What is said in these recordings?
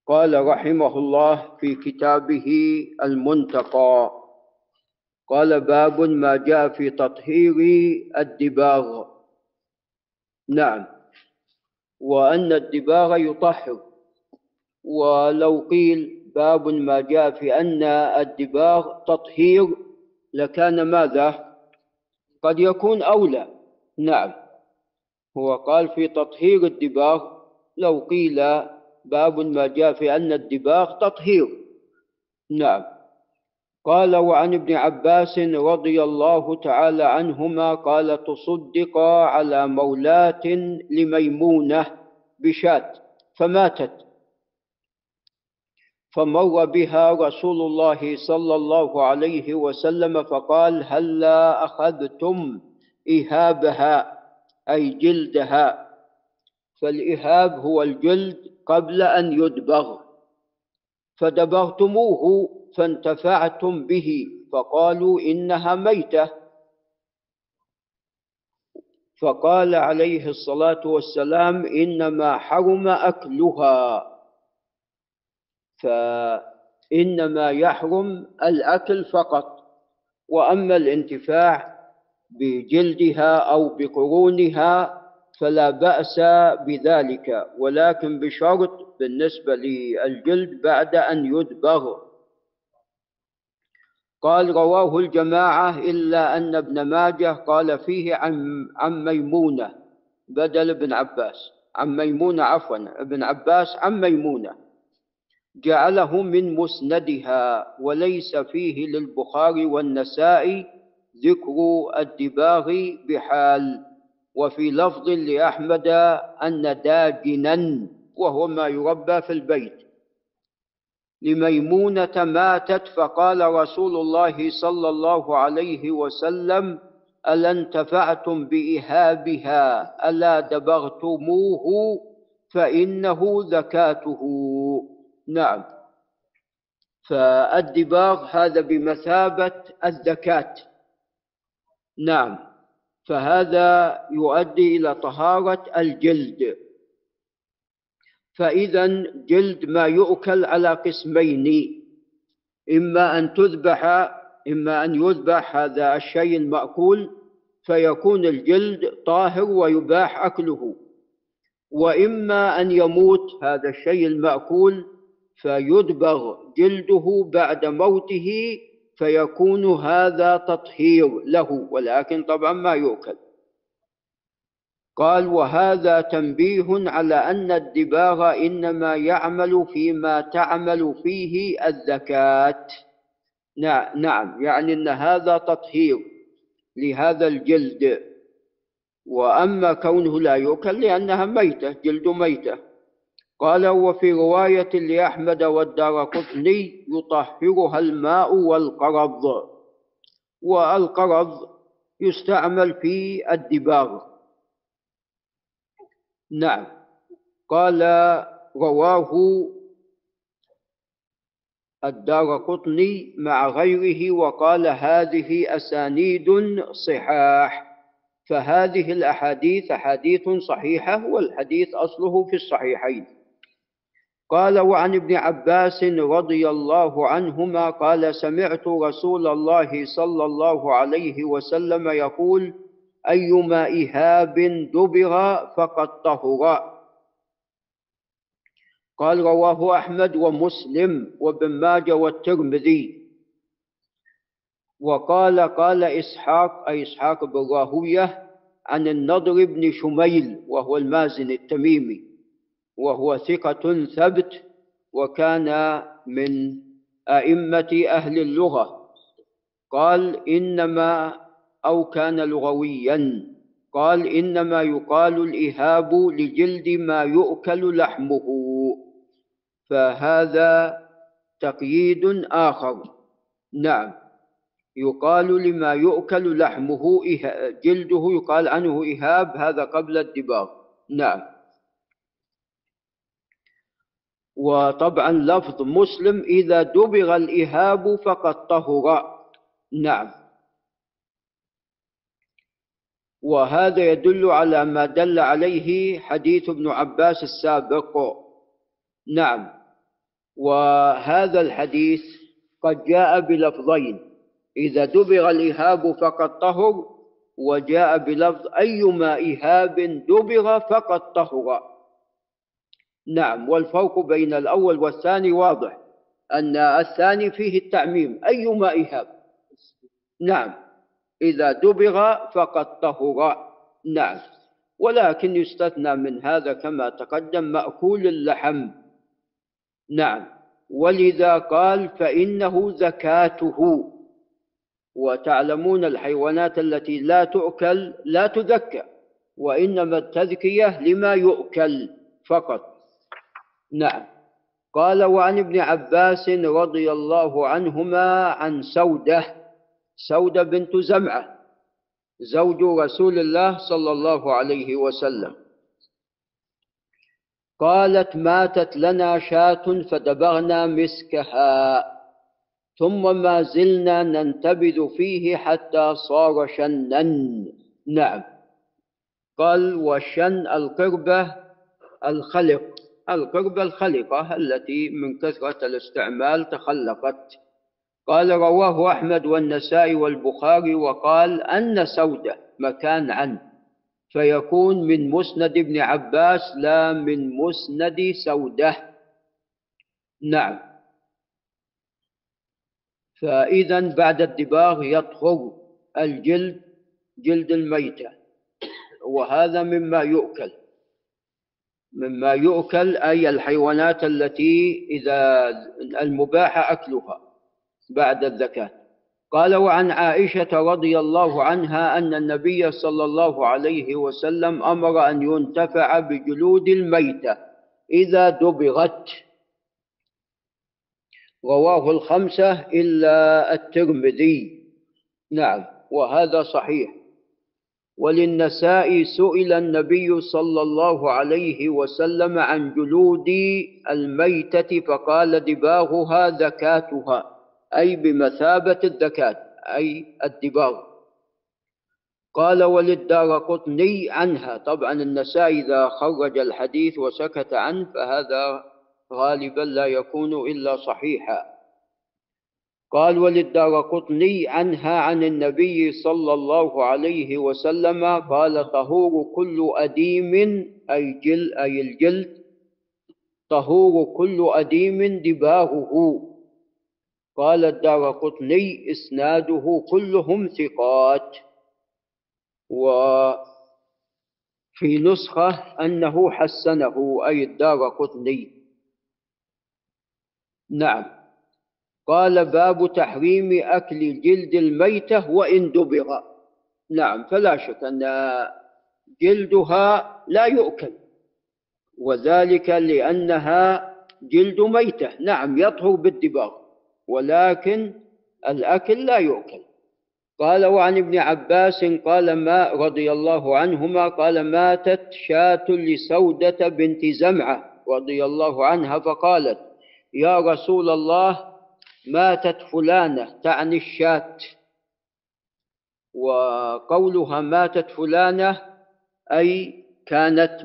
قال رحمه الله في كتابه المنتقى: قال: باب ما جاء في تطهير الدباغ. نعم، وأن الدباغ يطهر. ولو قيل باب ما جاء في أن الدباغ تطهير لكان ماذا؟ قد يكون أولى. نعم، هو قال في تطهير الدباغ. لو قيل باب ما جاء في أن الدباغ تطهير. نعم. قال: وعن ابن عباس رضي الله تعالى عنهما قال: تصدق على مولاة لميمونة بشاة فماتت، فمر بها رسول الله صلى الله عليه وسلم فقال: هلا أخذتم إهابها، أي جلدها. فالإهاب هو الجلد قبل أن يدبغ، فدبغتموه فانتفعتم به، فقالوا إنها ميتة. فقال عليه الصلاة والسلام: إنما حرم أكلها، فإنما يحرم الأكل فقط، وأما الانتفاع بجلدها أو بقرونها فلا بأس بذلك، ولكن بشرط بالنسبة للجلد بعد أن يدبغ. قال: رواه الجماعة إلا أن ابن ماجه قال فيه عن ميمونة بدل ابن عباس، عن ميمونة عفوا، ابن عباس عن ميمونة، جعله من مسندها، وليس فيه للبخاري والنسائي ذكر الدباغ بحال. وفي لفظ لأحمد أن داجنا، وهو ما يربى في البيت، لميمونة ماتت، فقال رسول الله صلى الله عليه وسلم: ألا انتفعتم بإهابها ألا دبغتموه فإنه زكاته. نعم، فالدباغ هذا بمثابة الزكاة. نعم، فهذا يؤدي إلى طهارة الجلد. فإذا جلد ما يؤكل على قسمين: إما أن يذبح هذا الشيء المأكول فيكون الجلد طاهر ويباح أكله، وإما أن يموت هذا الشيء المأكول فيدبغ جلده بعد موته فيكون هذا تطهير له، ولكن طبعا ما يؤكل. قال: وهذا تنبيه على أن الدباغ إنما يعمل فيما تعمل فيه الزكاة. نعم، يعني أن هذا تطهير لهذا الجلد، وأما كونه لا يؤكل لأنها ميتة، جلد ميتة. قال: وفي رواية لأحمد والدارقطني: يطهرها الماء والقرض. والقرض يستعمل في الدباغ. نعم. قال: رواه الدارقطني مع غيره وقال: هذه أسانيد صحاح. فهذه الأحاديث أحاديث صحيحة، والحديث أصله في الصحيحين. قال: وعن ابن عباس رضي الله عنهما قال: سمعت رسول الله صلى الله عليه وسلم يقول: أيما إهاب دبغ فقد طهر. قال: رواه أحمد ومسلم وابن ماجه والترمذي. قال إسحاق، أي إسحاق بن راهويه، عن النضر بن شميل وهو المازني التميمي، وهو ثقة ثبت، وكان من أئمة أهل اللغة. قال: كان لغويا. قال: إنما يقال الإهاب لجلد ما يؤكل لحمه. فهذا تقييد آخر. نعم، يقال لما يؤكل لحمه جلده يقال عنه إهاب، هذا قبل الدباغ. نعم. وطبعا لفظ مسلم: إذا دبغ الإهاب فقد طهر. نعم، وهذا يدل على ما دل عليه حديث ابن عباس السابق. نعم، وهذا الحديث قد جاء بلفظين: إذا دبغ الإهاب فقد طهر، وجاء بلفظ: أيما إهاب دبغ فقد طهر. نعم، والفرق بين الأول والثاني واضح، أن الثاني فيه التعميم: أيما إهاب. نعم، إذا دبغ فقد طهر. نعم، ولكن يستثنى من هذا كما تقدم مأكول اللحم. نعم، ولذا قال: فإنه زكاته. وتعلمون الحيوانات التي لا تؤكل لا تذكى، وإنما التذكية لما يؤكل فقط. نعم. قال: وعن ابن عباس رضي الله عنهما عن سودة بنت زمعة زوج رسول الله صلى الله عليه وسلم، قالت: ماتت لنا شاة فدبغنا مسكها، ثم ما زلنا ننتبذ فيه حتى صار شنا. نعم. قال: والشن القربة الخلقة التي من كثرة الاستعمال تخلقت. قال: رواه أحمد والنسائي والبخاري، وقال أن سودة مكان عن، فيكون من مسند ابن عباس لا من مسند سودة. نعم. فإذا بعد الدباغ يطهر الجلد، جلد الميتة، وهذا مما يؤكل أي الحيوانات التي إذا المباح أكلها بعد الزكاة. قال: وعن عائشة رضي الله عنها أن النبي صلى الله عليه وسلم أمر أن ينتفع بجلود الميتة إذا دبغت. رواه الخمسة إلا الترمذي. نعم، وهذا صحيح. وللنسائي: سئل النبي صلى الله عليه وسلم عن جلود الميتة فقال: دباغها زكاتها، أي بمثابة الزكاة، أي الدباغ. قال: وللدارقطني عنها. طبعا النسائي إذا خرج الحديث وسكت عنه فهذا غالبا لا يكون إلا صحيحا. قال: وللدارقطني عنها عن النبي صلى الله عليه وسلم قال: طهور كل أديم، أي الجلد، طهور كل أديم دباغه. قال الدارقطني: إسناده كلهم ثقات. وفي نسخة أنه حسنه، أي الدارقطني. نعم. قال: باب تحريم أكل جلد الميتة وإن دبغ. نعم، فلا شك أن جلدها لا يؤكل، وذلك لأنها جلد ميتة. نعم، يطهر بالدباغ، ولكن الأكل لا يؤكل. قال: وعن ابن عباس قال ما رضي الله عنهما قال: ماتت شاة لسودة بنت زمعة رضي الله عنها، فقالت: يا رسول الله، ماتت فلانة، تعني الشاة. وقولها ماتت فلانة أي كانت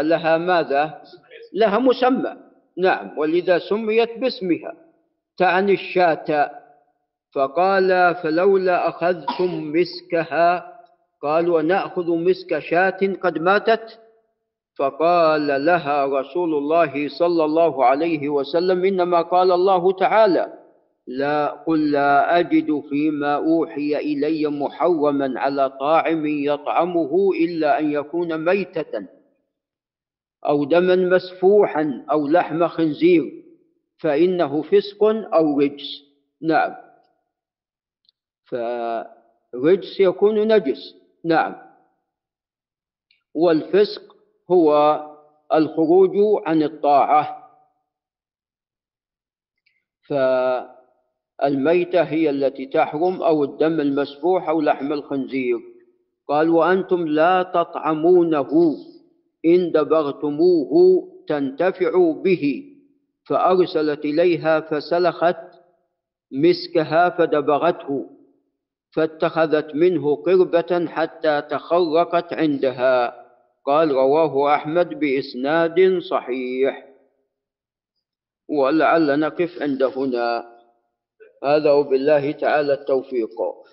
لها مسمى. نعم، ولذا سميت باسمها، تعني الشاة. فقال: فلولا أخذتم مسكها؟ قالوا: نأخذ مسك شاة قد ماتت؟ فقال لها رسول الله صلى الله عليه وسلم: إنما قال الله تعالى: قل لا أجد فيما أوحي إلي محرما على طاعم يطعمه إلا أن يكون ميتة أو دما مسفوحا أو لحم خنزير، فإنه فسق أو رجس. نعم، فرجس يكون نجس. نعم، والفسق هو الخروج عن الطاعة. فالميتة هي التي تحرم، أو الدم المسفوح أو لحم الخنزير. قال: وأنتم لا تطعمونه، إن دبغتموه تنتفعوا به. فأرسلت إليها فسلخت مسكها فدبغته، فاتخذت منه قربة حتى تخرقت عندها. قال: رواه أحمد بإسناد صحيح. ولعل نقف عند هنا. هذا وبالله تعالى التوفيق.